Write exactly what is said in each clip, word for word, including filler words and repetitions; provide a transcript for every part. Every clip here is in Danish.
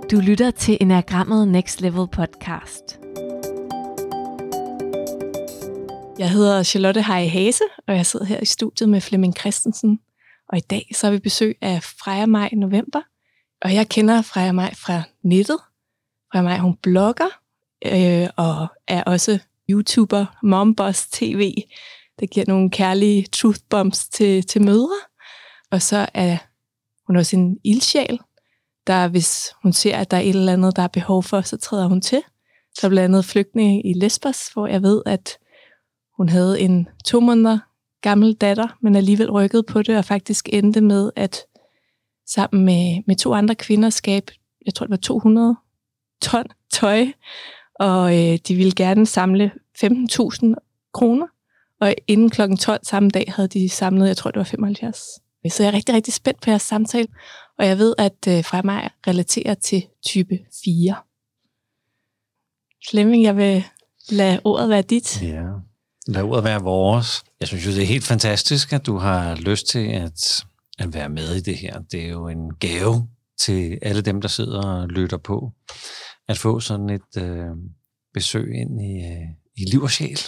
Du lytter til Enneagrammet Next Level podcast. Jeg hedder Charlotte Heje Hase, og jeg sidder her i studiet med Flemming Christensen. Og i dag så har vi besøg af Freja Maj November. Og jeg kender Freja Maj fra nettet. Freja Maj, hun blogger øh, og er også YouTuber, Momboss T V. Det giver nogle kærlige truth bombs til, til mødre. Og så er hun også en ildsjæl, der hvis hun ser, at der er et eller andet, der er behov for, så træder hun til. Der er blandt andet flygtninge i Lesbos, hvor jeg ved, at hun havde en to måneder gammel datter, men alligevel rykkede på det, og faktisk endte med at sammen med, med to andre kvinder skabe, jeg tror det var to hundrede ton tøj, og øh, de ville gerne samle femten tusind kroner, og inden klokken tolv samme dag havde de samlet, jeg tror det var femoghalvfjerds. Så jeg er rigtig, rigtig spændt på jeres samtale, og jeg ved, at øh, Freja Maj relaterer til type fire. Flemming, jeg vil lade ordet være dit. Ja, lad ordet være vores. Jeg synes jo, det er helt fantastisk, at du har lyst til at, at være med i det her. Det er jo en gave til alle dem, der sidder og lytter på, at få sådan et øh, besøg ind i, øh, i liv og sjæl.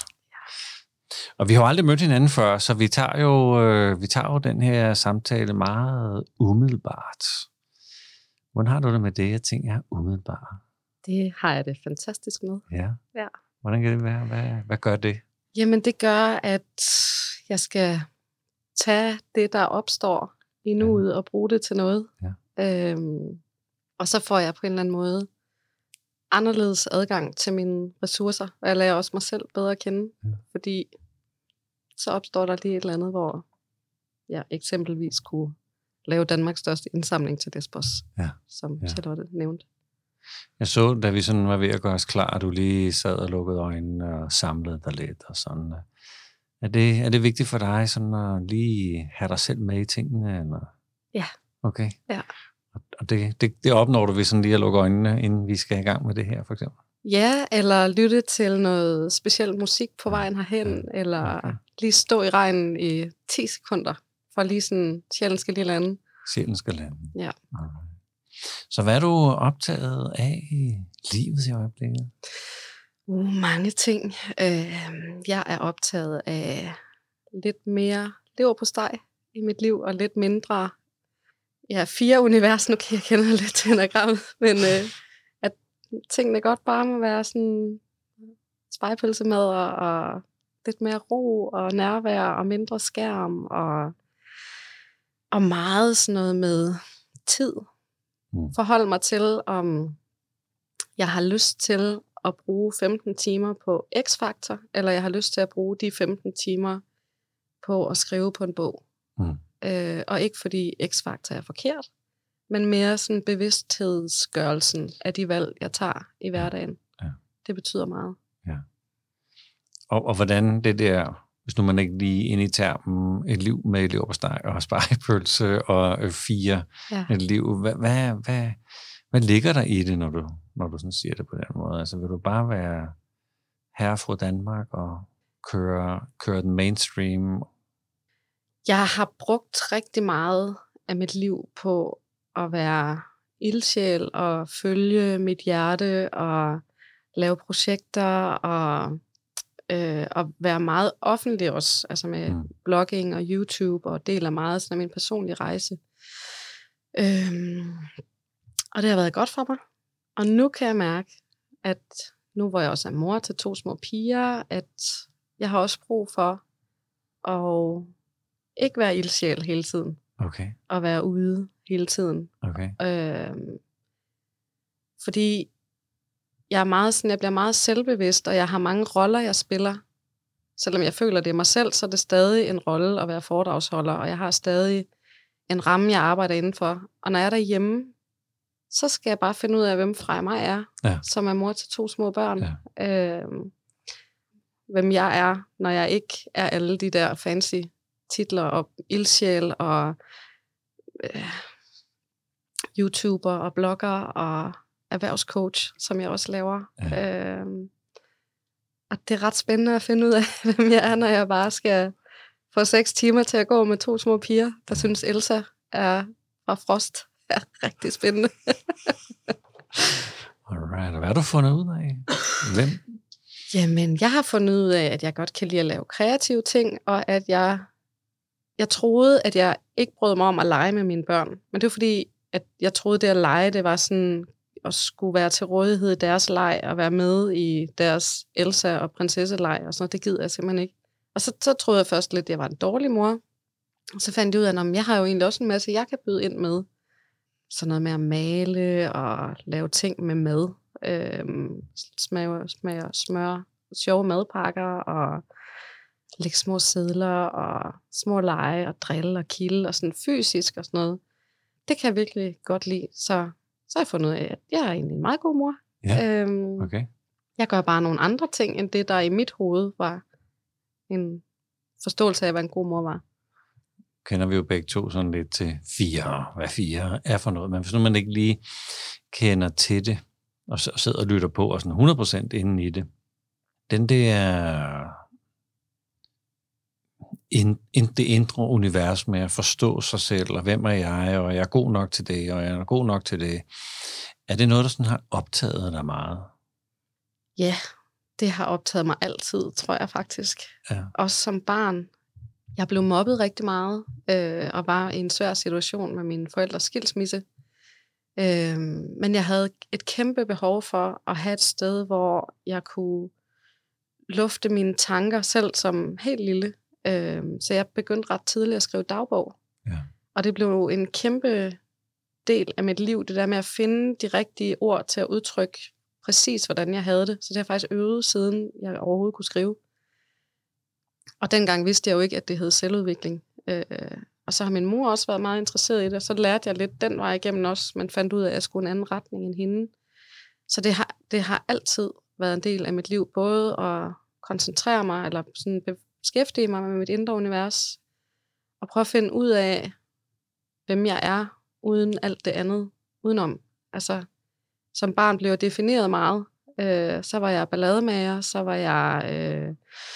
Og vi har jo aldrig mødt hinanden før, så vi tager jo, øh, vi tager jo den her samtale meget umiddelbart. Hvordan har du det med det, at ting er umiddelbare? Det har jeg det fantastisk med. Ja. Ja. Hvordan kan det være? Hvad, hvad gør det? Jamen det gør, at jeg skal tage det, der opstår i nuet, ja. Og bruge det til noget. Ja. Øhm, og så får jeg på en eller anden måde anderledes adgang til mine ressourcer, og jeg lærer også mig selv bedre at kende, ja. Fordi så opstår der lige et eller andet, hvor jeg eksempelvis kunne lave Danmarks største indsamling til Lesbos, ja. Som ja. Charlotte nævnte. Jeg så, da vi sådan var ved at gøre os klar, at du lige sad og lukkede øjnene og samlede dig lidt og sådan. Er det, er det vigtigt for dig sådan at lige have dig selv med i tingene? Eller? Ja. Okay. Ja. Og det, det, det opnår du ved sådan lige at lukke øjnene, inden vi skal i gang med det her, for eksempel? Ja, eller lytte til noget speciel musik på vejen herhen, ja. Eller okay. Lige stå i regnen i ti sekunder, for lige sådan, sjælen skal lige lande. Sjælen skal lande. Ja. Okay. Så hvad er du optaget af i livet i øjeblikket? Uh, mange ting. Uh, jeg er optaget af lidt mere leverpostej i mit liv, og lidt mindre. Ja, fire univers, nu kan jeg kende lidt til enagrammet, men uh, at tingene godt bare må være sådan spejepølsemad og, og lidt mere ro og nærvær og mindre skærm og, og meget sådan noget med tid. Mm. Forholde mig til, om jeg har lyst til at bruge femten timer på X-Factor, eller jeg har lyst til at bruge de femten timer på at skrive på en bog. Mm. Øh, og ikke fordi X-Factor er forkert, men mere sådan bevidsthedsgørelsen af de valg, jeg tager i hverdagen. Ja. Det betyder meget. Ja. Og, og hvordan det der, hvis nu man ikke lige ind i termen, et liv med leverpostej og spegepølse og fire, ja. Et liv, hvad, hvad, hvad, hvad ligger der i det, når du, når du sådan siger det på den måde? Altså vil du bare være herre fra Danmark og køre, køre den mainstream? Jeg har brugt rigtig meget af mit liv på at være ildsjæl og følge mit hjerte og lave projekter og, øh, og være meget offentlig også, altså med mm. blogging og YouTube, og deler meget sådan af min personlige rejse. Øhm, og det har været godt for mig. Og nu kan jeg mærke, at nu hvor jeg også er mor til to små piger, at jeg har også brug for at ikke være ildsjæl hele tiden. Okay. Og være ude hele tiden. Okay. Øhm, fordi jeg er meget sådan, jeg bliver meget selvbevidst, og jeg har mange roller, jeg spiller. Selvom jeg føler, det er mig selv, så er det stadig en rolle at være foredragsholder, og jeg har stadig en ramme, jeg arbejder indenfor. Og når jeg er derhjemme, så skal jeg bare finde ud af, hvem Freja Maj er, ja. Som er mor til to små børn. Ja. Øhm, hvem jeg er, når jeg ikke er alle de der fancy titler og ildsjæl og øh, YouTuber og blogger og erhvervscoach, som jeg også laver. Ja. Øhm, og det er ret spændende at finde ud af, hvem jeg er, når jeg bare skal få seks timer til at gå med to små piger, der synes Elsa er fra Frost. Ja, rigtig spændende. Alright, og hvad har du fundet ud af? Hvem? Jamen, jeg har fundet ud af, at jeg godt kan lide at lave kreative ting, og at jeg, jeg troede, at jeg ikke brød mig om at lege med mine børn. Men det var fordi, at jeg troede, det at lege, det var sådan at skulle være til rådighed i deres leg, og være med i deres Elsa- og prinsesseleg, og sådan noget. Det gider jeg simpelthen ikke. Og så, så troede jeg først lidt, at jeg var en dårlig mor. Og så fandt jeg ud af, at jeg har jo egentlig også en masse, jeg kan byde ind med. Sådan noget med at male og lave ting med mad. Øhm, smage, smage smør, sjove madpakker og lægge små sedler og små lege og drille og kilde og sådan fysisk og sådan noget. Det kan jeg virkelig godt lide. Så, så har jeg fundet ud af, at jeg er egentlig en meget god mor. Ja, øhm, okay. Jeg gør bare nogle andre ting, end det, der i mit hoved var en forståelse af, hvad en god mor var. Kender vi jo begge to sådan lidt til fire, hvad fire er for noget. Men hvis nu man ikke lige kender til det, og sidder og lytter på, og sådan hundrede procent inde i det, den der ind, ind, det indre univers med at forstå sig selv, og hvem er jeg, og jeg er god nok til det, og jeg er god nok til det, er det noget, der sådan har optaget dig meget? Ja, det har optaget mig altid, tror jeg faktisk. Ja. Også som barn. Jeg blev mobbet rigtig meget, øh, og var i en svær situation med mine forældres skilsmisse. Øh, men jeg havde et kæmpe behov for at have et sted, hvor jeg kunne lufte mine tanker selv som helt lille. Øh, så jeg begyndte ret tidligt at skrive dagbog. Ja. Og det blev en kæmpe del af mit liv, det der med at finde de rigtige ord til at udtrykke præcis, hvordan jeg havde det. Så det har jeg faktisk øvet, siden jeg overhovedet kunne skrive. Og dengang vidste jeg jo ikke, at det hed selvudvikling. Øh, og så har min mor også været meget interesseret i det, og så lærte jeg lidt den vej igennem også. Man fandt ud af, at jeg skulle en anden retning end hende. Så det har, det har altid været en del af mit liv, både at koncentrere mig, eller sådan beskæftige mig med mit indre univers, og prøve at finde ud af, hvem jeg er, uden alt det andet udenom. Altså, som barn blev jeg defineret meget. Øh, så var jeg ballademager, så var jeg øh,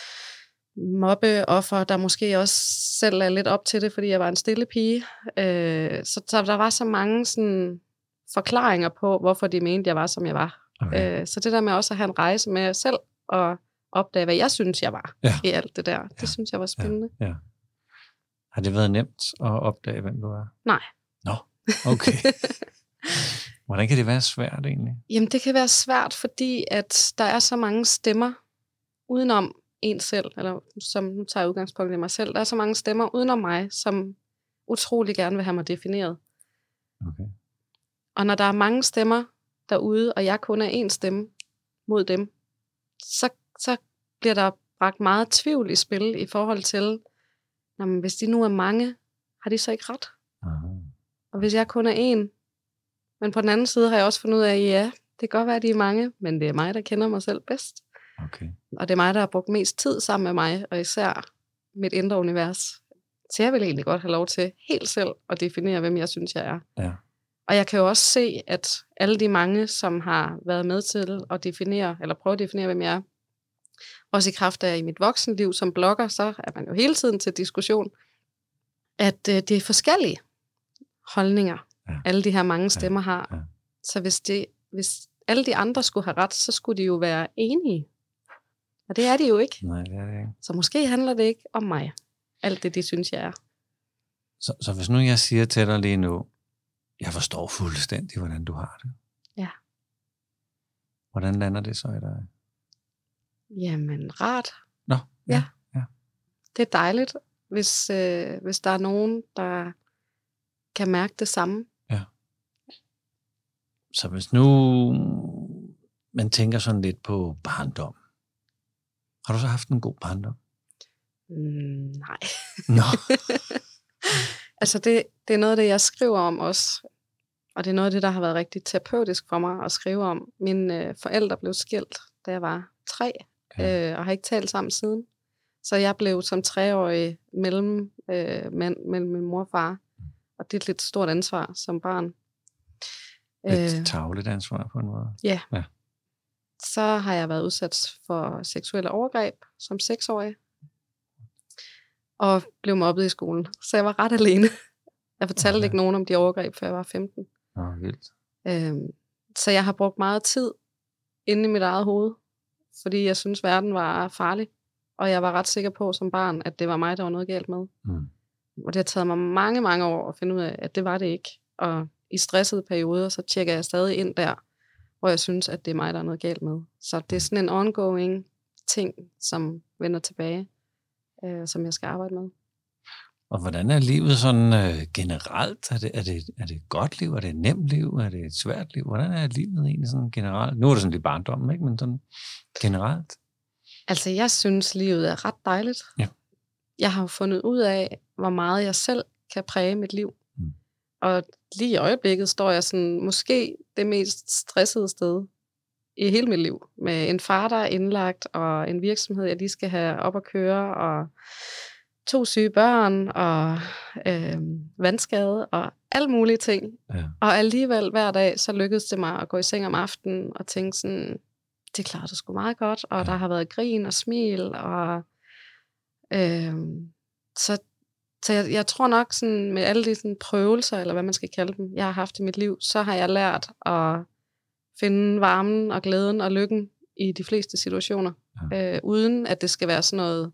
mobbeoffer, der måske også selv er lidt op til det, fordi jeg var en stille pige. Øh, så, så der var så mange sådan, forklaringer på, hvorfor de mente, jeg var, som jeg var. Okay. Øh, så det der med også at have en rejse med selv, og opdage, hvad jeg synes, jeg var ja. i alt det der, det ja. synes jeg var spændende. Ja. Ja. Har det været nemt at opdage, hvem du er? Nej. Nå, okay. Hvordan kan det være svært egentlig? Jamen, det kan være svært, fordi at der er så mange stemmer udenom en selv, eller som nu tager jeg udgangspunkt i mig selv. Der er så mange stemmer udenom mig, som utrolig gerne vil have mig defineret. Okay. Og når der er mange stemmer derude, og jeg kun er én stemme mod dem, så, så bliver der bragt meget tvivl i spil i forhold til, jamen, hvis de nu er mange, har de så ikke ret? Aha. Og hvis jeg kun er én, men på den anden side har jeg også fundet ud af, at ja, det kan godt være, at de er mange, men det er mig, der kender mig selv bedst. Okay. Og det er mig, der har brugt mest tid sammen med mig, og især mit indre univers. Så jeg vil egentlig godt have lov til helt selv at definere, hvem jeg synes, jeg er. Ja. Og jeg kan jo også se, at alle de mange, som har været med til at definere, eller prøve at definere, hvem jeg er, også i kraft af i mit voksenliv som blogger, så er man jo hele tiden til diskussion, at øh, det er forskellige holdninger, ja. alle de her mange stemmer ja. har. Ja. Så hvis, det, hvis alle de andre skulle have ret, så skulle de jo være enige. Og det er de jo ikke. Nej, det er det ikke. Så måske handler det ikke om mig. Alt det, de synes, jeg er. Så, så hvis nu jeg siger til dig lige nu, jeg forstår fuldstændig, hvordan du har det. Ja. Hvordan lander det så i dig? Jamen, rart. Nå, ja. ja. ja. Det er dejligt, hvis, øh, hvis der er nogen, der kan mærke det samme. Ja. Så hvis nu man tænker sådan lidt på barndom, har du så haft en god barndom? Mm, nej. Nå. altså det, det er noget af det, jeg skriver om også. Og det er noget af det, der har været rigtig terapeutisk for mig at skrive om. Mine øh, forældre blev skilt, da jeg var tre, ja. øh, og har ikke talt sammen siden. Så jeg blev som treårig mellem, øh, mand, mellem min mor og far. Og det er et lidt stort ansvar som barn. Et øh, tavligt ansvar på en måde. Ja. ja. Så har jeg været udsat for seksuelle overgreb som seksårig. Og blev mobbet i skolen. Så jeg var ret alene. Jeg fortalte okay. ikke nogen om de overgreb, før jeg var femten. Åh, vildt. Øhm, så jeg har brugt meget tid inde i mit eget hoved, fordi jeg synes verden var farlig, og jeg var ret sikker på som barn, at det var mig, der var noget galt med. Mm. Og det har taget mig mange, mange år at finde ud af, at det var det ikke. Og i stressede perioder, så tjekker jeg stadig ind der, hvor jeg synes, at det er mig, der er noget galt med. Så det er sådan en ongoing ting, som vender tilbage, øh, som jeg skal arbejde med. Og hvordan er livet sådan øh, generelt? Er det, er, det, er det et godt liv? Er det et nemt liv? Er det et svært liv? Hvordan er livet egentlig sådan generelt? Nu er det sådan lidt barndom, ikke? Men sådan generelt? Altså, jeg synes, livet er ret dejligt. Ja. Jeg har fundet ud af, hvor meget jeg selv kan præge mit liv. Mm. Og lige i øjeblikket står jeg sådan, måske det mest stressede sted i hele mit liv. Med en far, der er indlagt, og en virksomhed, jeg lige skal have op at køre, og to syge børn, og øh, vandskade, og alle mulige ting. Ja. Og alligevel hver dag, så lykkedes det mig at gå i seng om aftenen, og tænke sådan, det klarer du sgu meget godt, og ja. Der har været grin og smil, og øh, så, så jeg, jeg tror nok sådan, med alle de sådan, prøvelser, eller hvad man skal kalde dem, jeg har haft i mit liv, så har jeg lært at finde varmen og glæden og lykken i de fleste situationer, ja. øh, uden at det skal være sådan noget,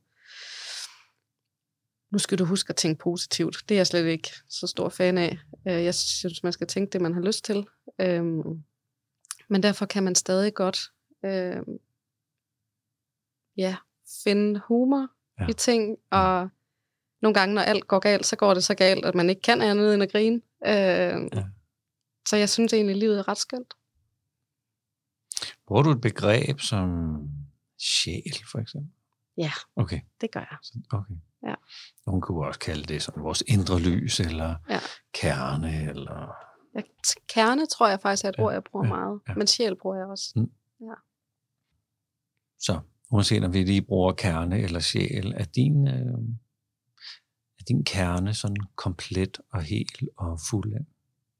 nu skal du huske at tænke positivt. Det er jeg slet ikke så stor fan af. Jeg synes, man skal tænke det, man har lyst til. Men derfor kan man stadig godt ja, finde humor ja. I ting, og nogle gange, når alt går galt, så går det så galt, at man ikke kan andet end at grine. Ja. Så jeg synes egentlig, livet er ret skønt. Bruger du et begreb som sjæl, for eksempel? Ja, okay. Det gør jeg. Okay. Ja. Nogle kunne også kalde det sådan vores indre lys, eller ja. Kerne, eller... Ja, kerne tror jeg faktisk er et ja. Ord, jeg bruger ja. meget. Ja. Men sjæl bruger jeg også. Mm. Ja. Så, uanset om vi lige bruger kerne eller sjæl, er din, øh, er din kerne sådan komplet og hel og fuld af?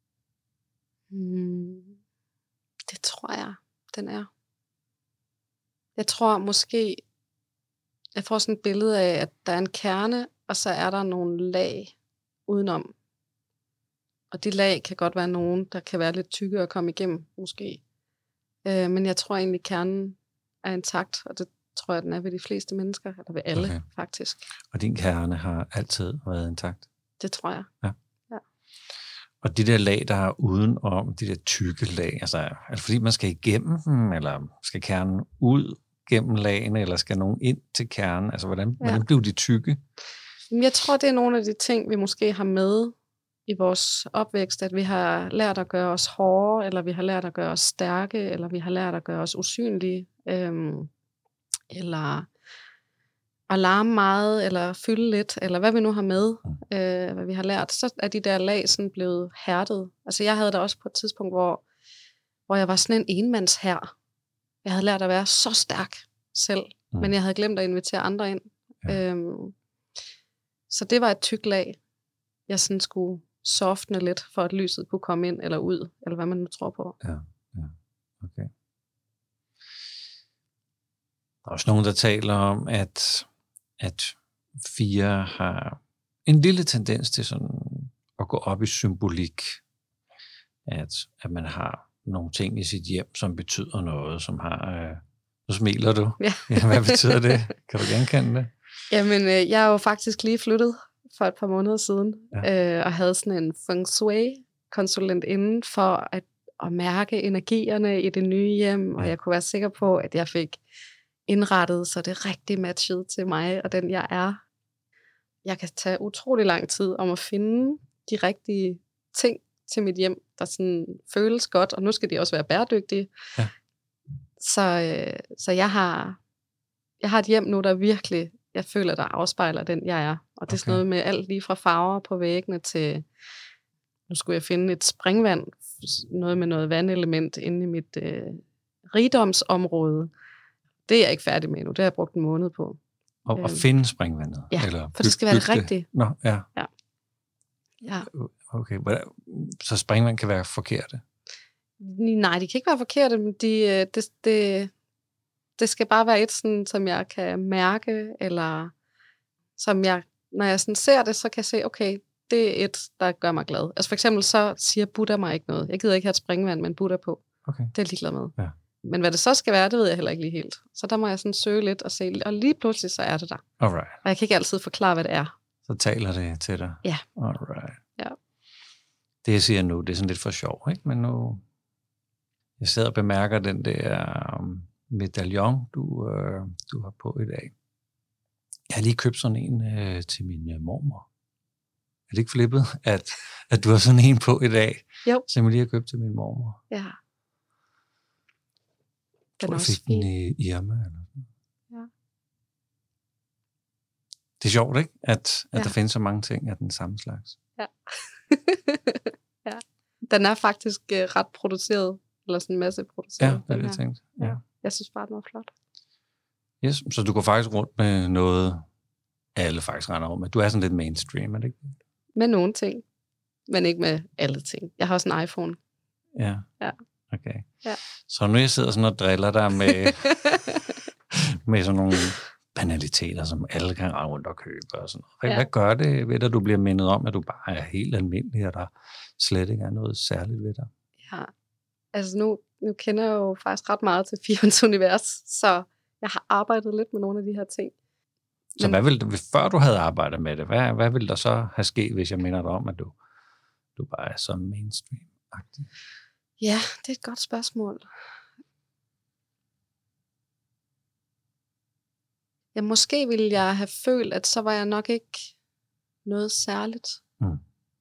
Mm. Det tror jeg, den er. Jeg tror måske... Jeg får sådan et billede af, at der er en kerne, og så er der nogle lag udenom. Og de lag kan godt være nogen, der kan være lidt tykke at komme igennem, måske. Øh, men jeg tror egentlig, at kernen er intakt, og det tror jeg, den er ved de fleste mennesker, eller ved alle, okay. faktisk. Og din kerne har altid været intakt? Det tror jeg. Ja. Ja. Og de der lag, der er udenom, de der tykke lag, altså er det fordi, man skal igennem dem, eller skal kernen ud gennem lagene, eller skal nogen ind til kernen? Altså, hvordan, ja. hvordan blev de tykke? Jeg tror, det er nogle af de ting, vi måske har med i vores opvækst, at vi har lært at gøre os hårde, eller vi har lært at gøre os stærke, eller vi har lært at gøre os usynlige, øhm, eller at larme meget, eller fylde lidt, eller hvad vi nu har med, øh, hvad vi har lært, så er de der lag sådan blevet hærdet. Altså, jeg havde da også på et tidspunkt, hvor, hvor jeg var sådan en enmandshær. Jeg havde lært at være så stærk selv, mm. men jeg havde glemt at invitere andre ind. Ja. Øhm, så det var et tykt lag, jeg sådan skulle softne lidt, for at lyset kunne komme ind eller ud, eller hvad man nu tror på. Ja, ja. Okay. Der er også nogen, der taler om, at, at fire har en lille tendens til sådan at gå op i symbolik. At, at man har nogle ting i sit hjem, som betyder noget, som har... Øh, nu smiler du. Ja. Ja, hvad betyder det? Kan du genkende det? Jamen, øh, jeg er jo faktisk lige flyttet for et par måneder siden, ja. øh, og havde sådan en feng shui-konsulent inden for at, at mærke energierne i det nye hjem, og ja. Jeg kunne være sikker på, at jeg fik indrettet, så det rigtig matchede til mig, og den jeg er. Jeg kan tage utrolig lang tid om at finde de rigtige ting til mit hjem, der sådan føles godt, og nu skal de også være bæredygtige. Ja. Så, øh, så jeg har jeg har et hjem nu, der virkelig, jeg føler, der afspejler den, jeg er. Og det er okay. Sådan noget med alt lige fra farver på væggene til, nu skulle jeg finde et springvand, noget med noget vandelement inde i mit øh, rigdomsområde. Det er jeg ikke færdig med endnu, det har jeg brugt en måned på. Og at øhm. finde springvandet? Ja, eller for det skal være det rigtige. Nå, ja. Ja. Ja. Okay, så springvand kan være forkerte? Nej, de kan ikke være forkerte, men de, det, det, det skal bare være et, sådan, som jeg kan mærke, eller som jeg, når jeg sådan ser det, så kan jeg se, okay, det er et, der gør mig glad. Altså for eksempel så siger Buddha mig ikke noget. Jeg gider ikke have et springvand med en Buddha på. Okay. Det er jeg ligeglad med. Ja. Men hvad det så skal være, det ved jeg heller ikke lige helt. Så der må jeg sådan søge lidt og se, og lige pludselig så er det der. Alright. Og jeg kan ikke altid forklare, hvad det er. Så taler det til dig? Ja. Alright. Ja. Det jeg siger nu, det er sådan lidt for sjov, ikke? Men nu, jeg sidder og bemærker den der um, medaljon, du, øh, du har på i dag. Jeg har lige købt sådan en øh, til min øh, mormor. Er det ikke flippet, at, at du har sådan en på i dag? Jo. Som jeg lige har købt til min mormor. Ja. Jeg tror, jeg fik den i Irma. Eller sådan. Ja. Det er sjovt, ikke? At, at ja. der findes så mange ting af den samme slags. Ja. ja. Den er faktisk uh, ret produceret, eller sådan en masse produceret. Ja, det er det, jeg tænkte. Ja. Ja. Jeg synes bare, den var flot. Yes, så du går faktisk rundt med noget, alle faktisk render rundt med. Du er sådan lidt mainstream, er det ikke? Med nogle ting, men ikke med alle ting. Jeg har også en iPhone. Ja. Ja. Okay. Ja. Så nu jeg sidder sådan og driller dig med, med sådan nogle banaliteter, som alle kan rende rundt og købe og sådan noget. Hvad, ja. hvad gør det ved dig, du bliver mindet om, at du bare er helt almindelig, og der slet ikke er noget særligt ved dig? Ja, altså nu, nu kender jeg jo faktisk ret meget til firens univers, så jeg har arbejdet lidt med nogle af de her ting. Så Men, hvad ville det, før du havde arbejdet med det, hvad, hvad ville der så have sket, hvis jeg minder dig om, at du, du bare er så mainstream-agtig? Ja, det er et godt spørgsmål. Ja, måske ville jeg have følt, at så var jeg nok ikke noget særligt. Mm.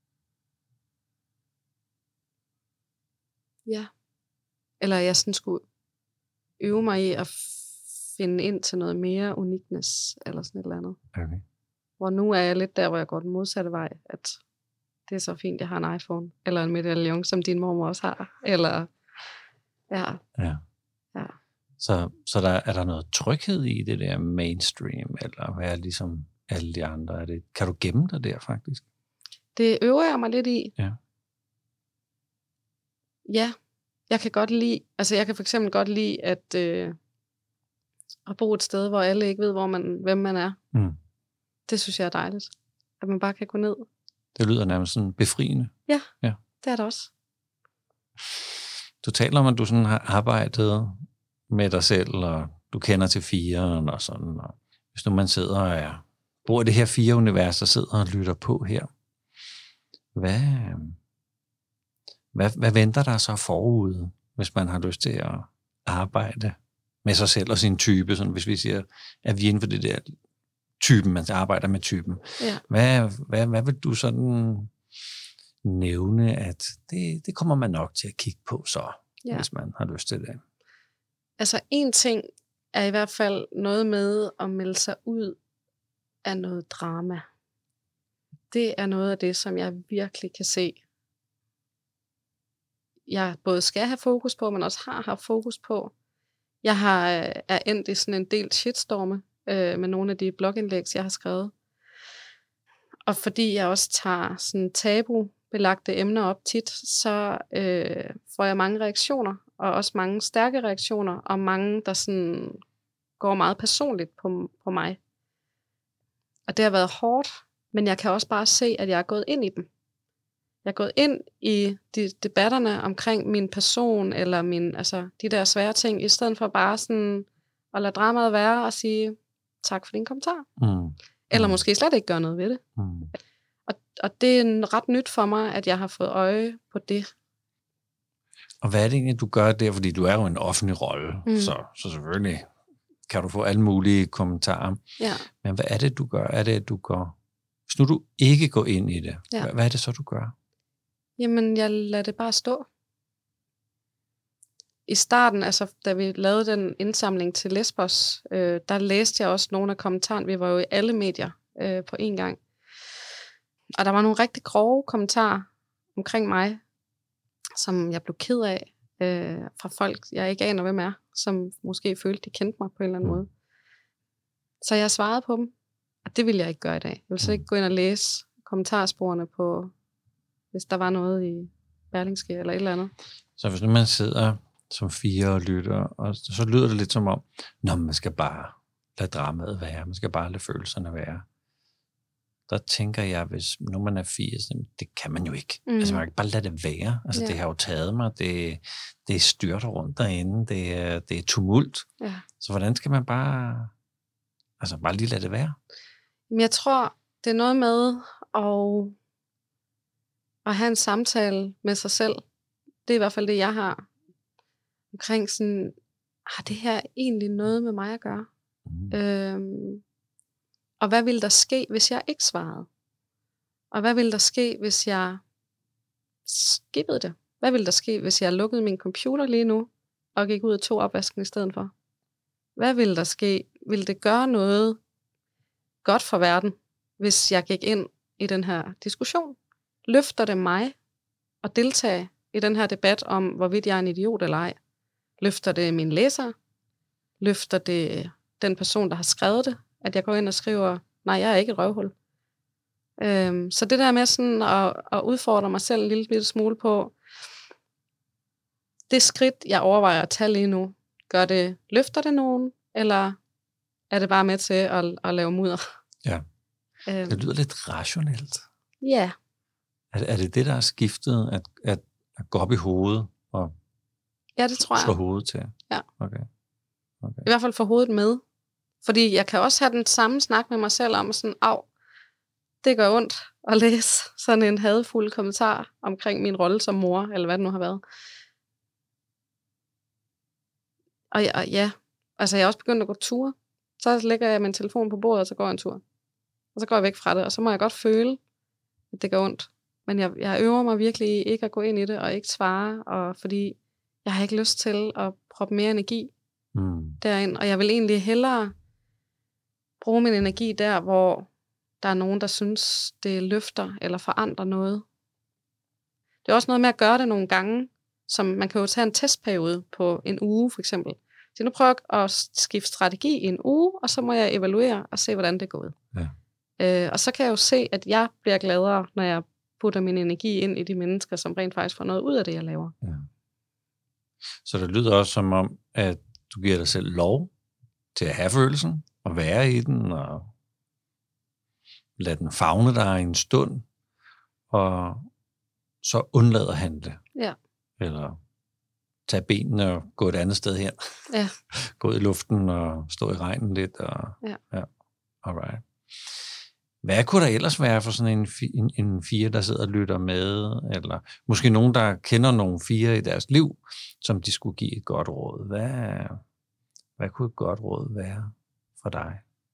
Ja. Eller jeg sådan skulle øve mig i at finde ind til noget mere uniqueness, eller sådan et eller andet. Okay. Hvor nu er jeg lidt der, hvor jeg går den modsatte vej, at det er så fint, jeg har en iPhone, eller en medaljon, som din mormor også har, eller, ja. Ja. Ja. Så, så der, er der noget tryghed i det der mainstream, eller hvad er ligesom alle de andre? Er det, kan du gemme dig der faktisk? Det øver jeg mig lidt i. Ja. Ja, jeg kan godt lide, altså jeg kan for eksempel godt lide, at, øh, at bo et sted, hvor alle ikke ved, hvor man, hvem man er. Mm. Det synes jeg er dejligt. At man bare kan gå ned. Det lyder nærmest sådan befriende. Ja, ja, det er det også. Du taler om, at du sådan har arbejdet med dig selv, og du kender til firen og sådan. Og hvis nu man sidder og er, bor i det her fire univers, og sidder og lytter på her, hvad, hvad, hvad venter der så forude, hvis man har lyst til at arbejde med sig selv og sin type, sådan hvis vi siger, at vi er inden for det der typen, man arbejder med typen. Ja. Hvad, hvad, hvad vil du sådan nævne, at det, det kommer man nok til at kigge på så, ja. Hvis man har lyst til det? Altså en ting er i hvert fald noget med at melde sig ud af noget drama. Det er noget af det, som jeg virkelig kan se, jeg både skal have fokus på, men også har haft fokus på. Jeg har er endt i sådan en del shitstorme øh, med nogle af de blogindlæg, jeg har skrevet. Og fordi jeg også tager sådan tabubelagte emner op tit, så øh, får jeg mange reaktioner, og også mange stærke reaktioner, og mange, der sådan går meget personligt på, på mig. Og det har været hårdt, men jeg kan også bare se, at jeg er gået ind i dem. Jeg er gået ind i de debatterne omkring min person, eller min, altså, de der svære ting, i stedet for bare sådan at lade dramaet være og sige, tak for din kommentar. Mm. Eller mm. måske slet ikke gøre noget ved det. Mm. Og, og det er ret nyt for mig, at jeg har fået øje på det. Og hvad er det egentlig, du gør der? Fordi du er jo en offentlig rolle, mm. så, så selvfølgelig kan du få alle mulige kommentarer. Ja. Men hvad er det, du gør? Er det, at du går... Hvis nu du ikke går ind i det, ja. hvad, hvad er det så, du gør? Jamen, jeg lader det bare stå. I starten, altså da vi lavede den indsamling til Lesbos, øh, der læste jeg også nogle af kommentarerne. Vi var jo i alle medier øh, på én gang. Og der var nogle rigtig grove kommentarer omkring mig, som jeg blev ked af, øh, fra folk, jeg ikke aner, hvem er, som måske følte, de kendte mig på en eller anden måde. Så jeg svarede på dem, og det ville jeg ikke gøre i dag. Jeg ville så ikke gå ind og læse kommentarsporene på, hvis der var noget i Berlingske eller et eller andet. Så hvis nu man sidder som fire og lytter, og så lyder det lidt som om, nå, man skal bare lade dramaet være, man skal bare lade følelserne være. der tænker jeg, hvis nu man er firs, det kan man jo ikke. Mm. Altså man kan ikke bare lade det være. Altså Ja. det har jo taget mig, det, det er styrt rundt derinde, det er, det er tumult. Ja. Så hvordan skal man bare, altså bare lige lade det være? Men jeg tror, det er noget med at, at have en samtale med sig selv. Det er i hvert fald det, jeg har. Omkring sådan, har det her egentlig noget med mig at gøre? Mm. Øhm, og hvad ville der ske, hvis jeg ikke svarede? Og hvad ville der ske, hvis jeg skippede det? Hvad ville der ske, hvis jeg lukkede min computer lige nu, og gik ud og tog opvasken i stedet for? Hvad ville der ske? Ville det gøre noget godt for verden, hvis jeg gik ind i den her diskussion? Løfter det mig at deltage i den her debat om, hvorvidt jeg er en idiot eller ej? Løfter det mine læsere? Løfter det den person, der har skrevet det? At jeg går ind og skriver, nej, jeg er ikke et røvhul. Øhm, så det der med sådan at, at udfordre mig selv en lille bitte smule på, det skridt, jeg overvejer at tage lige nu, gør det, løfter det nogen, eller er det bare med til at, at lave mudder? Ja, øhm, det lyder lidt rationelt. Ja. Er, er det det, der er skiftet, at, at, at gå op i hovedet og Ja, det tror jeg. slå hovedet til? Ja. Okay. Okay. I hvert fald få hovedet med. Fordi jeg kan også have den samme snak med mig selv om sådan, af, det gør ondt at læse sådan en hadfuld kommentar omkring min rolle som mor, eller hvad det nu har været. Og ja, og ja, altså jeg er også begyndt at gå ture. Så lægger jeg min telefon på bordet, og så går jeg en tur. Og så går jeg væk fra det, og så må jeg godt føle, at det gør ondt. Men jeg, jeg øver mig virkelig i ikke at gå ind i det, og ikke svare, og fordi jeg har ikke lyst til at proppe mere energi Mm. derind. Og jeg vil egentlig hellere bruge min energi der, hvor der er nogen, der synes, det løfter eller forandrer noget. Det er også noget med at gøre det nogle gange, som man kan jo tage en testperiode på en uge for eksempel. Så nu prøver jeg at skifte strategi i en uge, og så må jeg evaluere og se, hvordan det er gået. Ja. Øh, og så kan jeg jo se, at jeg bliver gladere, når jeg putter min energi ind i de mennesker, som rent faktisk får noget ud af det, jeg laver. Ja. Så det lyder også som om, at du giver dig selv lov til at have følelsen, og være i den, og lade den favne dig en stund, og så undlade at handle. Ja. Eller tage benene og gå et andet sted hen. Ja. Gå ud i luften og stå i regnen lidt. Og, Ja. Ja. Alright. Hvad kunne der ellers være for sådan en, en, en fire, der sidder og lytter med? Eller måske nogen, der kender nogle fire i deres liv, som de skulle give et godt råd. Hvad, hvad kunne et godt råd være for dig?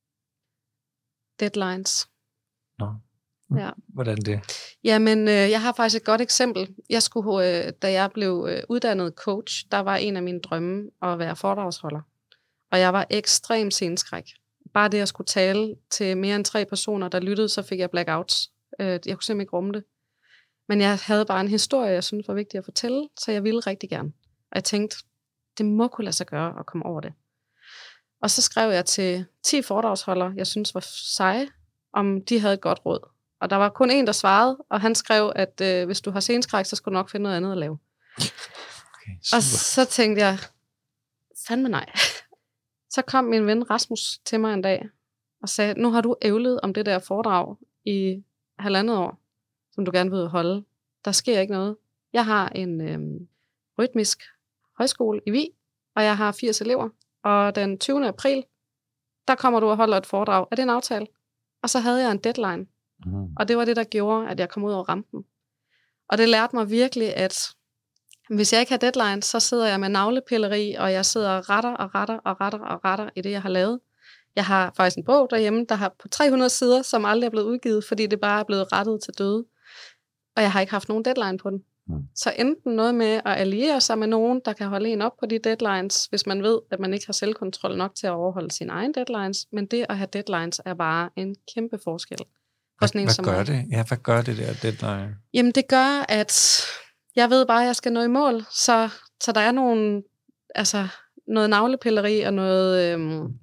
Deadlines. Nå. Ja. Hvordan det? Jamen, øh, jeg har faktisk et godt eksempel. Jeg skulle, øh, da jeg blev øh, uddannet coach, der var en af mine drømme at være foredragsholder. Og jeg var ekstremt sceneskræk. Bare det, at skulle tale til mere end tre personer, der lyttede, så fik jeg blackouts. Øh, jeg kunne simpelthen ikke rumme det. Men jeg havde bare en historie, jeg synes var vigtig at fortælle, så jeg ville rigtig gerne. Og jeg tænkte, det må kunne lade sig gøre at komme over det. Og så skrev jeg til ti foredragsholdere, jeg synes var seje, om de havde et godt råd. Og der var kun en, der svarede, og han skrev, at øh, hvis du har sceneskræk, så skal du nok finde noget andet at lave. Okay, og så tænkte jeg, fandme nej. Så kom min ven Rasmus til mig en dag, og sagde, nu har du ævlet om det der foredrag i halvandet år, som du gerne vil holde. Der sker ikke noget. Jeg har en øh, rytmisk højskole i Vig, og jeg har firs elever. Og den tyvende april, der kommer du og holder et foredrag. Er det en aftale? Og så havde jeg en deadline. Mm. Og det var det, der gjorde, at jeg kom ud over rampen. Og det lærte mig virkelig, at hvis jeg ikke har deadline, så sidder jeg med navlepilleri, og jeg sidder og retter og retter og retter og retter i det, jeg har lavet. Jeg har faktisk en bog derhjemme, der har på tre hundrede sider, som aldrig er blevet udgivet, fordi det bare er blevet rettet til døde. Og jeg har ikke haft nogen deadline på den. Mm. Så enten noget med at alliere sig med nogen, der kan holde en op på de deadlines, hvis man ved, at man ikke har selvkontrol nok til at overholde sine egne deadlines. Men det at have deadlines er bare en kæmpe forskel. Hvad, sådan en, hvad som gør mig. det? Ja, hvad gør det der deadline? Jamen det gør, at jeg ved bare, at jeg skal nå i mål. Så, så der er nogle, altså, noget navlepilleri og noget øhm,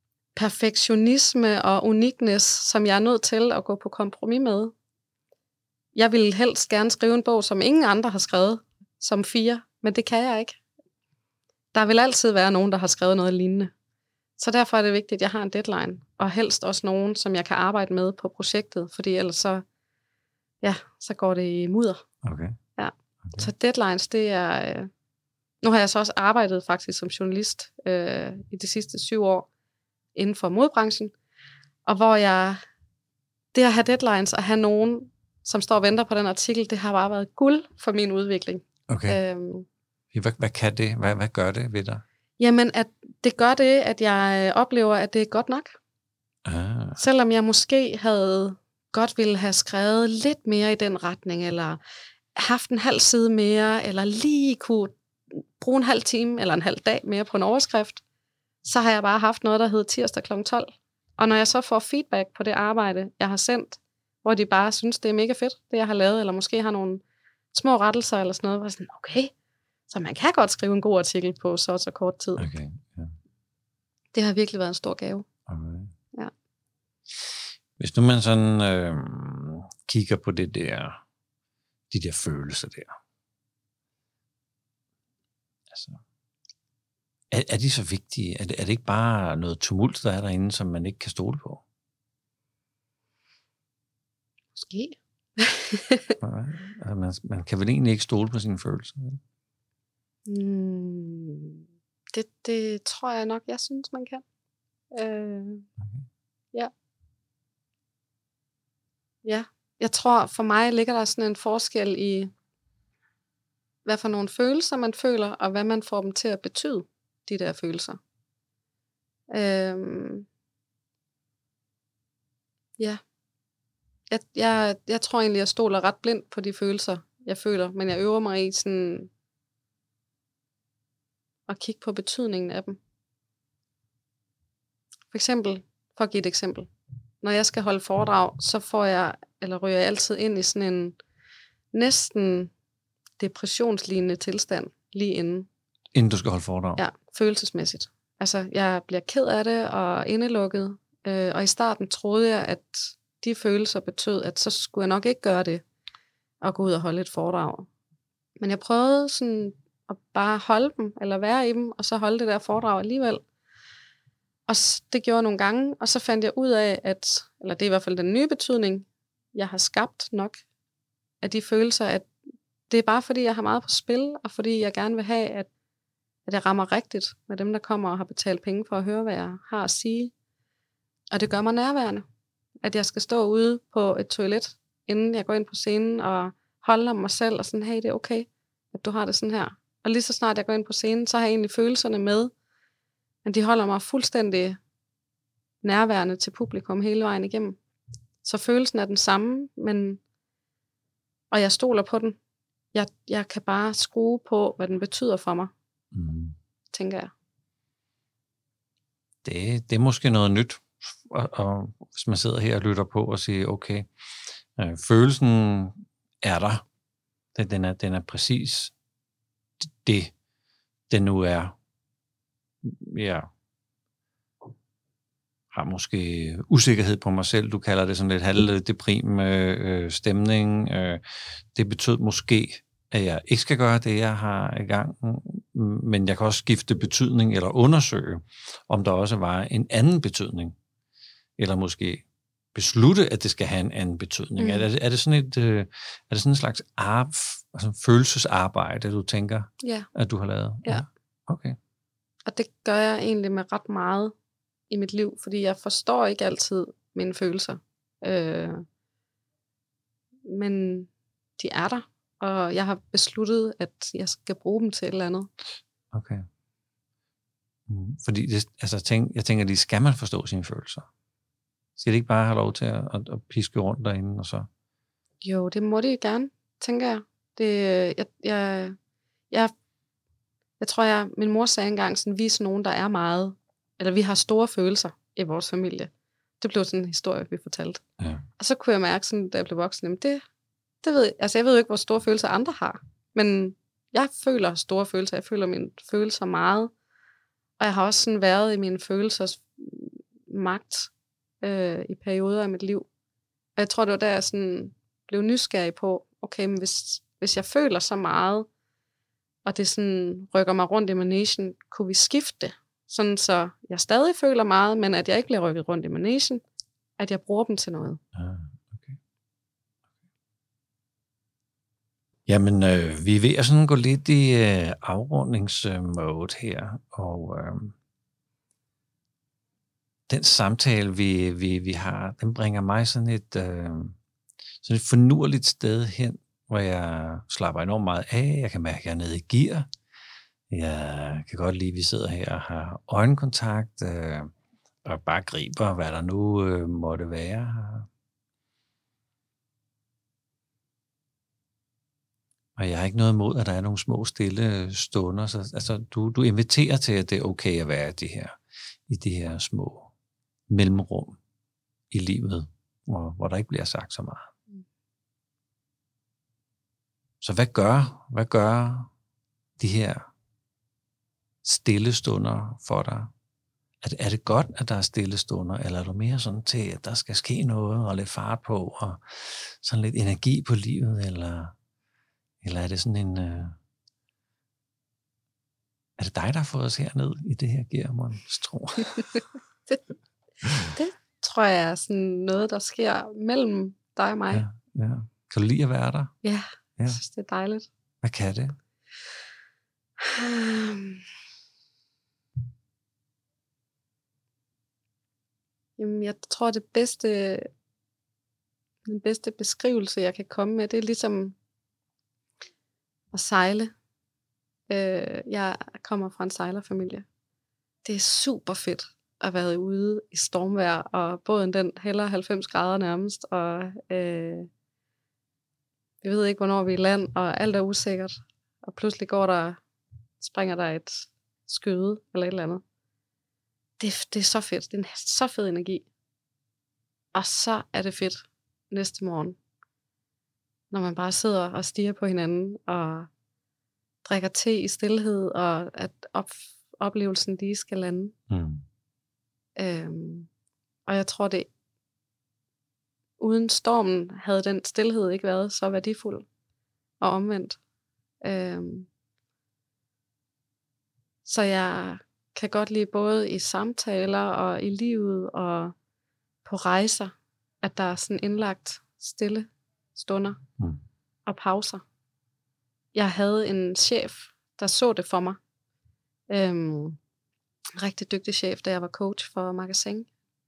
perfektionisme og uniqueness, som jeg er nødt til at gå på kompromis med. Jeg vil helst gerne skrive en bog, som ingen andre har skrevet, som fire, men det kan jeg ikke. Der vil altid være nogen, der har skrevet noget lignende. Så derfor er det vigtigt, at jeg har en deadline. og helst også nogen, som jeg kan arbejde med på projektet, fordi ellers så, ja, så går det i mudder. Okay. Ja. Okay. Så deadlines, det er... Øh, nu har jeg så også arbejdet faktisk som journalist øh, i de sidste syv år inden for modebranchen, og hvor jeg... Det at have deadlines og have nogen, som står og venter på den artikel, det har bare været guld for min udvikling. Okay. Øhm, Hvad, hvad kan det? Hvad, hvad gør det ved dig? jamen, at det gør det, at jeg oplever, at det er godt nok. Ah. Selvom jeg måske havde godt ville have skrevet lidt mere i den retning, eller haft en halv side mere, eller lige kunne bruge en halv time eller en halv dag mere på en overskrift, så har jeg bare haft noget, der hed tirsdag klokken tolv. Og når jeg så får feedback på det arbejde, jeg har sendt, hvor de bare synes, det er mega fedt, det jeg har lavet, eller måske har nogle små rettelser eller sådan noget, hvor jeg sådan, okay, så man kan godt skrive en god artikel på så så kort tid. Okay, ja. Det har virkelig været en stor gave. Okay. Ja. Hvis nu man sådan øh, kigger på det der, de der følelser der, altså, er, er de så vigtige? Er det, er det ikke bare noget tumult, der er derinde, som man ikke kan stole på? Måske. altså, man, man kan vel egentlig ikke stole på sine følelser? Mm, det, det tror jeg nok, jeg synes, man kan. Øh, Okay. ja. Ja. Jeg tror, for mig ligger der sådan en forskel i, hvad for nogle følelser man føler, og hvad man får dem til at betyde, de der følelser. Øh, ja. Jeg, jeg, jeg tror egentlig, jeg stoler ret blindt på de følelser, jeg føler, men jeg øver mig i sådan at kigge på betydningen af dem. For eksempel, for at give et eksempel. Når jeg skal holde foredrag, så får jeg, eller ryger jeg altid ind i sådan en næsten depressionslignende tilstand lige inden. Inden du skal holde foredrag? Ja, følelsesmæssigt. Altså, jeg bliver ked af det og indelukket, øh, og i starten troede jeg, at de følelser betød, at så skulle jeg nok ikke gøre det, og gå ud og holde et foredrag. Men jeg prøvede sådan at bare holde dem, eller være i dem, og så holde det der foredrag alligevel. Og det gjorde jeg nogle gange, og så fandt jeg ud af, at, eller det er i hvert fald den nye betydning, jeg har skabt nok af de følelser, at det er bare fordi, jeg har meget på spil, og fordi jeg gerne vil have, at, at jeg rammer rigtigt med dem, der kommer og har betalt penge for at høre, hvad jeg har at sige. Og det gør mig nærværende, at jeg skal stå ude på et toilet, inden jeg går ind på scenen og holder mig selv og sådan, hey, det er okay, at du har det sådan her. Og lige så snart jeg går ind på scenen, så har jeg egentlig følelserne med, men de holder mig fuldstændig nærværende til publikum hele vejen igennem. Så følelsen er den samme, men og jeg stoler på den. Jeg, jeg kan bare skrue på, hvad den betyder for mig, mm. tænker jeg. Det, det er måske noget nyt, og, og hvis man sidder her og lytter på og siger, okay, øh, følelsen er der. Den er, den er præcis det, den nu er. Jeg har måske usikkerhed på mig selv. Du kalder det sådan lidt halvdeprim øh, stemning. Øh, det betød måske, at jeg ikke skal gøre det, jeg har i gang. Men jeg kan også skifte betydning eller undersøge, om der også var en anden betydning. Eller måske beslutte, at det skal have en anden betydning. Mm. Er, det, er det sådan et øh, er det sådan en slags arv, altså følelsesarbejde, du tænker, ja. At du har lavet? Ja. Okay. Og det gør jeg egentlig med ret meget i mit liv, fordi jeg forstår ikke altid mine følelser. Øh, men de er der, og jeg har besluttet, at jeg skal bruge dem til et eller andet. Okay. Mm. Fordi det, altså, tænk, jeg tænker, de skal man forstå sine følelser. Skal de ikke bare have lov til at, at, at piske rundt derinde og så? Jo, det må de gerne, tænker jeg. Det, jeg, jeg, jeg, jeg tror, jeg, min mor sagde engang, sådan, vi er sådan nogen, der er meget, eller vi har store følelser i vores familie. Det blev sådan en historie, vi fortalte. Ja. Og så kunne jeg mærke, sådan, da jeg blev voksen, jamen det, det ved jeg, altså jeg ved jo ikke, hvor store følelser andre har, men jeg føler store følelser, jeg føler mine følelser meget, og jeg har også sådan været i mine følelsers magt øh, i perioder af mit liv. Og jeg tror, det var der, jeg sådan blev nysgerrig på, okay, men hvis, hvis jeg føler så meget, og det sådan rykker mig rundt i managen, kunne vi skifte det? sådan så jeg stadig føler meget, men at jeg ikke bliver rykket rundt i managen, at jeg bruger dem til noget. Ah, okay. Jamen, øh, vi er ved at sådan gå lidt i øh, afrundingsmode her, og øh, den samtale, vi, vi, vi har, den bringer mig sådan et, øh, sådan et finurligt sted hen, hvor jeg slapper enormt meget af. Jeg kan mærke, at jeg er nede i gear. Jeg kan godt lide, at vi sidder her og har øjenkontakt, øh, og bare griber, hvad der nu øh, måtte være. Og jeg har ikke noget imod, at der er nogle små stille stunder. Så, altså, du, du inviterer til, at det er okay at være de her, i de her små mellemrum i livet, hvor, hvor der ikke bliver sagt så meget. Så hvad gør, hvad gør de her stille stunder for dig? Er det, er det godt, at der er stille stunder, eller er du mere sådan til, at der skal ske noget, og lidt fart på, og sådan lidt energi på livet, eller, eller er det sådan en... Øh, er det dig, der har fået os herned i det her gear, Mons, tro? det, det tror jeg er sådan noget, der sker mellem dig og mig. Ja, ja. Kan du lide at være der? Ja, Ja. jeg synes, det er dejligt. Hvad kan det? Jamen, jeg tror, det bedste, den bedste beskrivelse, jeg kan komme med, det er ligesom at sejle. Øh, jeg kommer fra en sejlerfamilie. Det er super fedt at være ude i stormvejr, og båden den hælder halvfems grader nærmest, og øh, vi ved ikke, hvornår vi er i land, og alt er usikkert. Og pludselig går der, springer der et skøde, eller et eller andet. Det, det er så fedt. Det er en så fed energi. Og så er det fedt næste morgen, når man bare sidder og stiger på hinanden, og drikker te i stilhed, og at op, oplevelsen lige skal lande. Mm. Øhm, og jeg tror, det uden stormen havde den stilhed ikke været så værdifuld, og omvendt. Øhm, så jeg kan godt lide både i samtaler og i livet og på rejser, at der er sådan indlagt stille stunder Mm. og pauser. Jeg havde en chef, der så det for mig. Øhm, en rigtig dygtig chef, da jeg var coach for Magasin.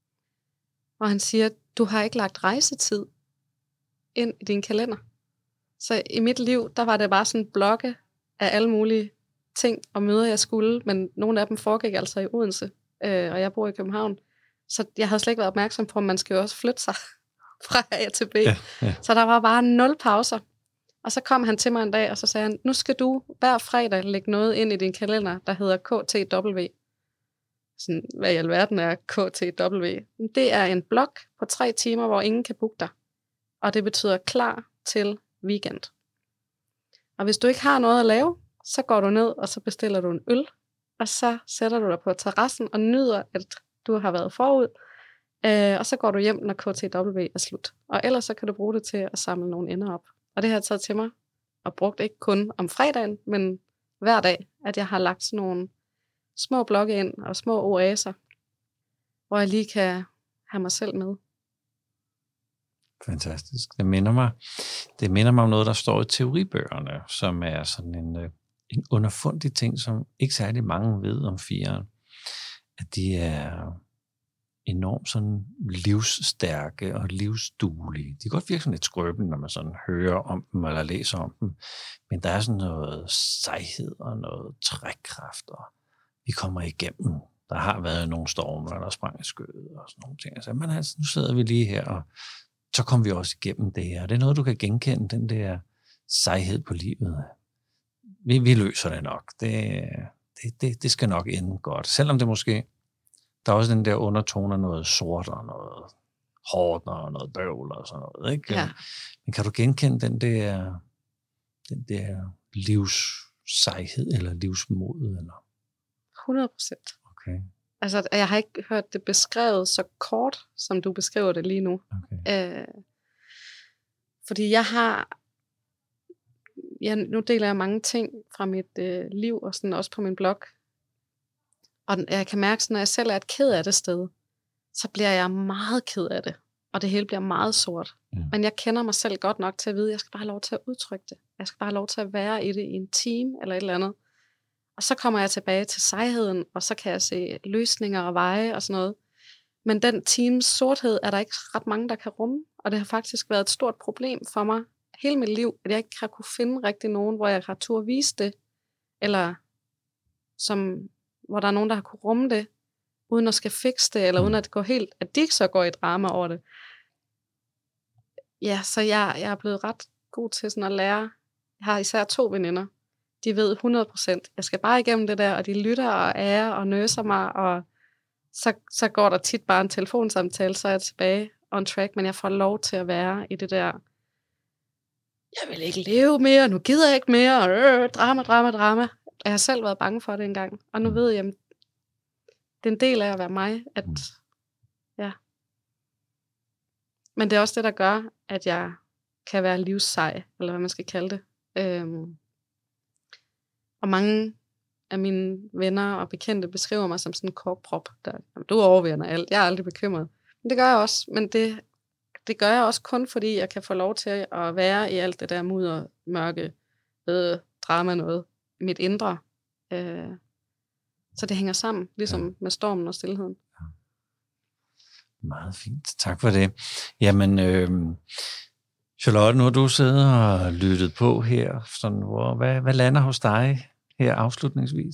Og han siger, du har ikke lagt rejsetid ind i din kalender. Så i mit liv, der var det bare sådan blokke af alle mulige ting og møder, jeg skulle, men nogle af dem foregik altså i Odense, øh, og jeg bor i København. Så jeg havde slet ikke været opmærksom på, at man skal jo også flytte sig fra A til B. Ja, ja. Så der var bare nul pauser. Og så kom han til mig en dag, og så sagde han, nu skal du hver fredag lægge noget ind i din kalender, der hedder K T W. Sådan, hvad i alverden er K T W? Det er en blok på tre timer, hvor ingen kan booke dig. Og det betyder klar til weekend. Og hvis du ikke har noget at lave, så går du ned, og så bestiller du en øl, og så sætter du dig på terrassen og nyder, at du har været forud, øh, og så går du hjem, når K T W er slut. Og ellers så kan du bruge det til at samle nogle ender op. Og det har jeg taget til mig, og brugt ikke kun om fredagen, men hver dag, at jeg har lagt sådan nogle små blokke ind, og små oaser, hvor jeg lige kan have mig selv med. Fantastisk. Det minder mig, det minder mig om noget, der står i teoribøgerne, som er sådan en, en underfundig ting, som ikke særlig mange ved om fireren. At de er enormt sådan livsstærke og livsduelige. De kan godt virke sådan lidt skrøbelige, når man sådan hører om dem eller læser om dem, men der er sådan noget sejhed og noget trækkraft, og vi kommer igennem. Der har været nogle stormer, der sprang i skødet og sådan nogle ting. Altså, men altså, nu sidder vi lige her, og så kommer vi også igennem det her. Det er noget, du kan genkende, den der sejhed på livet. Vi, vi løser det nok. Det, det, det, det skal nok ende godt. Selvom det måske, der er også den der undertone af noget sort og noget hårdt og noget bøvl og sådan noget. Ikke? Ja. Men kan du genkende den der, den der livssejhed eller livsmod? Eller? hundrede procent. Okay. Altså, jeg har ikke hørt det beskrevet så kort, som du beskriver det lige nu. Okay. Øh, fordi jeg har, ja, nu deler jeg mange ting fra mit øh, liv, og sådan også på min blog. Og jeg kan mærke, at når jeg selv er et ked af det sted, så bliver jeg meget ked af det. Og det hele bliver meget sort. Ja. Men jeg kender mig selv godt nok til at vide, at jeg skal bare have lov til at udtrykke det. Jeg skal bare have lov til at være i det i en time eller et eller andet. Og så kommer jeg tilbage til sejheden, og så kan jeg se løsninger og veje og sådan noget. Men den times sorthed er der ikke ret mange, der kan rumme. Og det har faktisk været et stort problem for mig hele mit liv, at jeg ikke har kunne finde rigtig nogen, hvor jeg har tur vise det, eller som, hvor der er nogen, der har kunne rumme det, uden at skal fikse det, eller uden at det går helt, at de ikke så går i drama over det. Ja, så jeg, jeg er blevet ret god til sådan at lære. Jeg har især to veninder. De ved hundrede procent. Jeg skal bare igennem det der, og de lytter og ærer og nøser mig, og så, så går der tit bare en telefonsamtale, så er jeg tilbage on track, men jeg får lov til at være i det der, jeg vil ikke leve mere, nu gider jeg ikke mere, og øh, drama, drama, drama. Jeg har selv været bange for det engang, og nu ved jeg, at det er en del af at være mig, at ja. Men det er også det, der gør, at jeg kan være livssej, eller hvad man skal kalde det. Øhm. Og mange af mine venner og bekendte beskriver mig som sådan en korkprop, der, jamen, du overvinder alt, jeg er aldrig bekymret. Men det gør jeg også, men det, det gør jeg også kun, fordi jeg kan få lov til at være i alt det der mudder, mørke, øh, drama noget, i mit indre. Øh. Så det hænger sammen, ligesom ja. Med stormen og stilheden. Ja. Meget fint. Tak for det. Jamen, øh, Charlotte, nu har du siddet og lyttet på her. Sådan, hvor, hvad, hvad lander hos dig her afslutningsvis?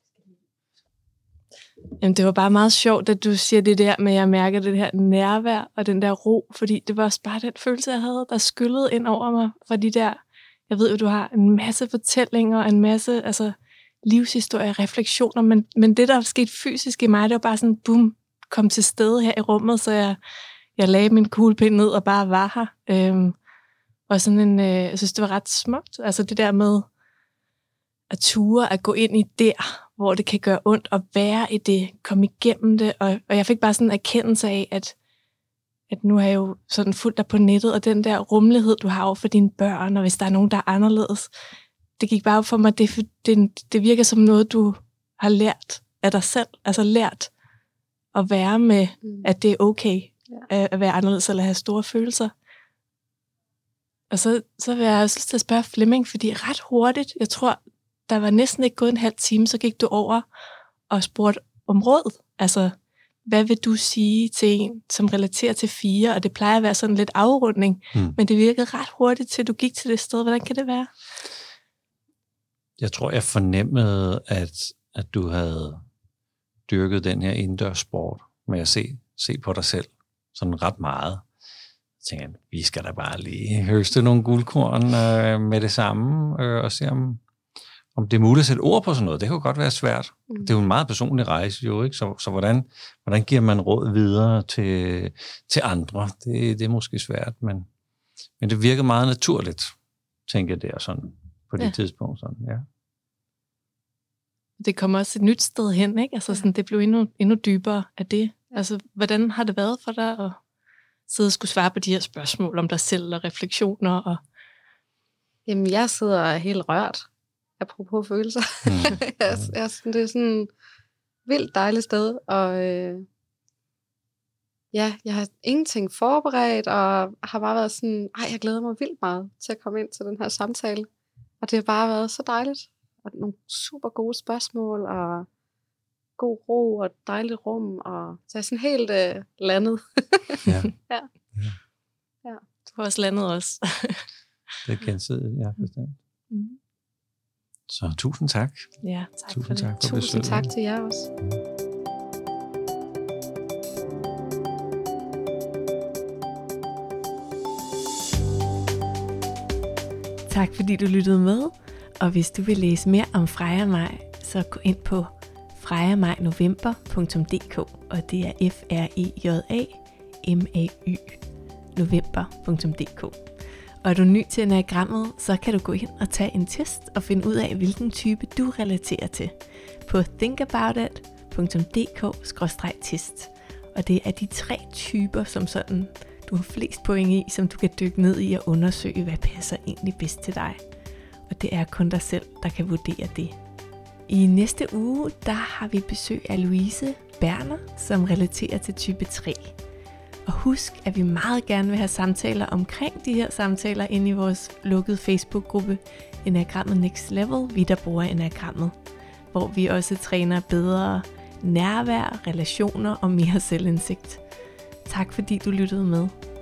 Jamen, det var bare meget sjovt, at du siger det der med, at jeg mærker det her nærvær og den der ro, fordi det var også bare den følelse, jeg havde, der skyllede ind over mig fra de der, jeg ved jo, du har en masse fortællinger, en masse, altså, livshistorie, refleksioner, men, men det, der er sket fysisk i mig, det var bare sådan, boom, kom til stede her i rummet, så jeg, jeg lagde min kuglepind ned og bare var her. Øhm, og sådan en, øh, jeg synes, det var ret smukt, altså det der med at ture, at gå ind i der, hvor det kan gøre ondt, og være i det, komme igennem det, og, og jeg fik bare sådan en erkendelse af, at, at nu har jeg jo sådan fulgt dig på nettet, og den der rummelighed, du har over for dine børn, og hvis der er nogen, der er anderledes, det gik bare for mig, det, det, det virker som noget, du har lært af dig selv. Altså lært at være med, mm. at det er okay ja. At være anderledes eller have store følelser. Og så, så vil jeg også lyst til at spørge Flemming, fordi ret hurtigt, jeg tror, der var næsten ikke gået en halv time, så gik du over og spurgte om råd. Altså, hvad vil du sige til en, som relaterer til fire? Og det plejer at være sådan lidt afrunding, mm. men det virkede ret hurtigt, til du gik til det sted. Hvordan kan det være? Jeg tror, jeg fornemmede, at, at du havde dyrket den her indendørssport med at se, se på dig selv sådan ret meget. Jeg tænkte, vi skal da bare lige høste nogle guldkorn øh, med det samme, øh, og se om, om det er muligt at sætte ord på sådan noget. Det kan jo godt være svært. Mm. Det er jo en meget personlig rejse, jo, ikke? Så, så hvordan, hvordan giver man råd videre til, til andre? Det, det er måske svært, men, men det virkede meget naturligt, tænker jeg der sådan. På det ja. Tidspunkt, sådan, ja. Det kommer også et nyt sted hen, ikke? Altså sådan, det blev endnu, endnu dybere af det. Altså, hvordan har det været for dig at sidde og skulle svare på de her spørgsmål om dig selv og refleksioner? Og... Jamen, jeg sidder helt rørt, apropos følelser. Mm. jeg, jeg, det er sådan et vildt dejligt sted, og øh, ja, jeg har ingenting forberedt, og har bare været sådan, ej, jeg glæder mig vildt meget til at komme ind til den her samtale. Og det har bare været så dejligt. Og nogle super gode spørgsmål, og god ro, og et dejligt rum, og så er jeg sådan helt øh, landet. ja. ja. ja. Du har også landet også. Det er gensidigt, ja, bestemt. Mm. Så tusind tak. Ja, tak tusind for det. Tak for tusind tak til jer også. Tak fordi du lyttede med, og hvis du vil læse mere om Freja Maj, så gå ind på freja maj november punktum d k, og det er F R E J A M A Y november punktum d k. Og er du ny til enagrammet, så kan du gå ind og tage en test og finde ud af, hvilken type du relaterer til på think about it punktum d k skråstreg test. Og det er de tre typer, som sådan du har flest point i, som du kan dykke ned i og undersøge, hvad passer egentlig bedst til dig. Og det er kun dig selv, der kan vurdere det. I næste uge, der har vi besøg af Louise Berner, som relaterer til type tre. Og husk, at vi meget gerne vil have samtaler omkring de her samtaler inde i vores lukkede Facebook-gruppe Enneagrammet Next Level, vi der bruger Enneagrammet, hvor vi også træner bedre nærvær, relationer og mere selvindsigt. Tak fordi du lyttede med.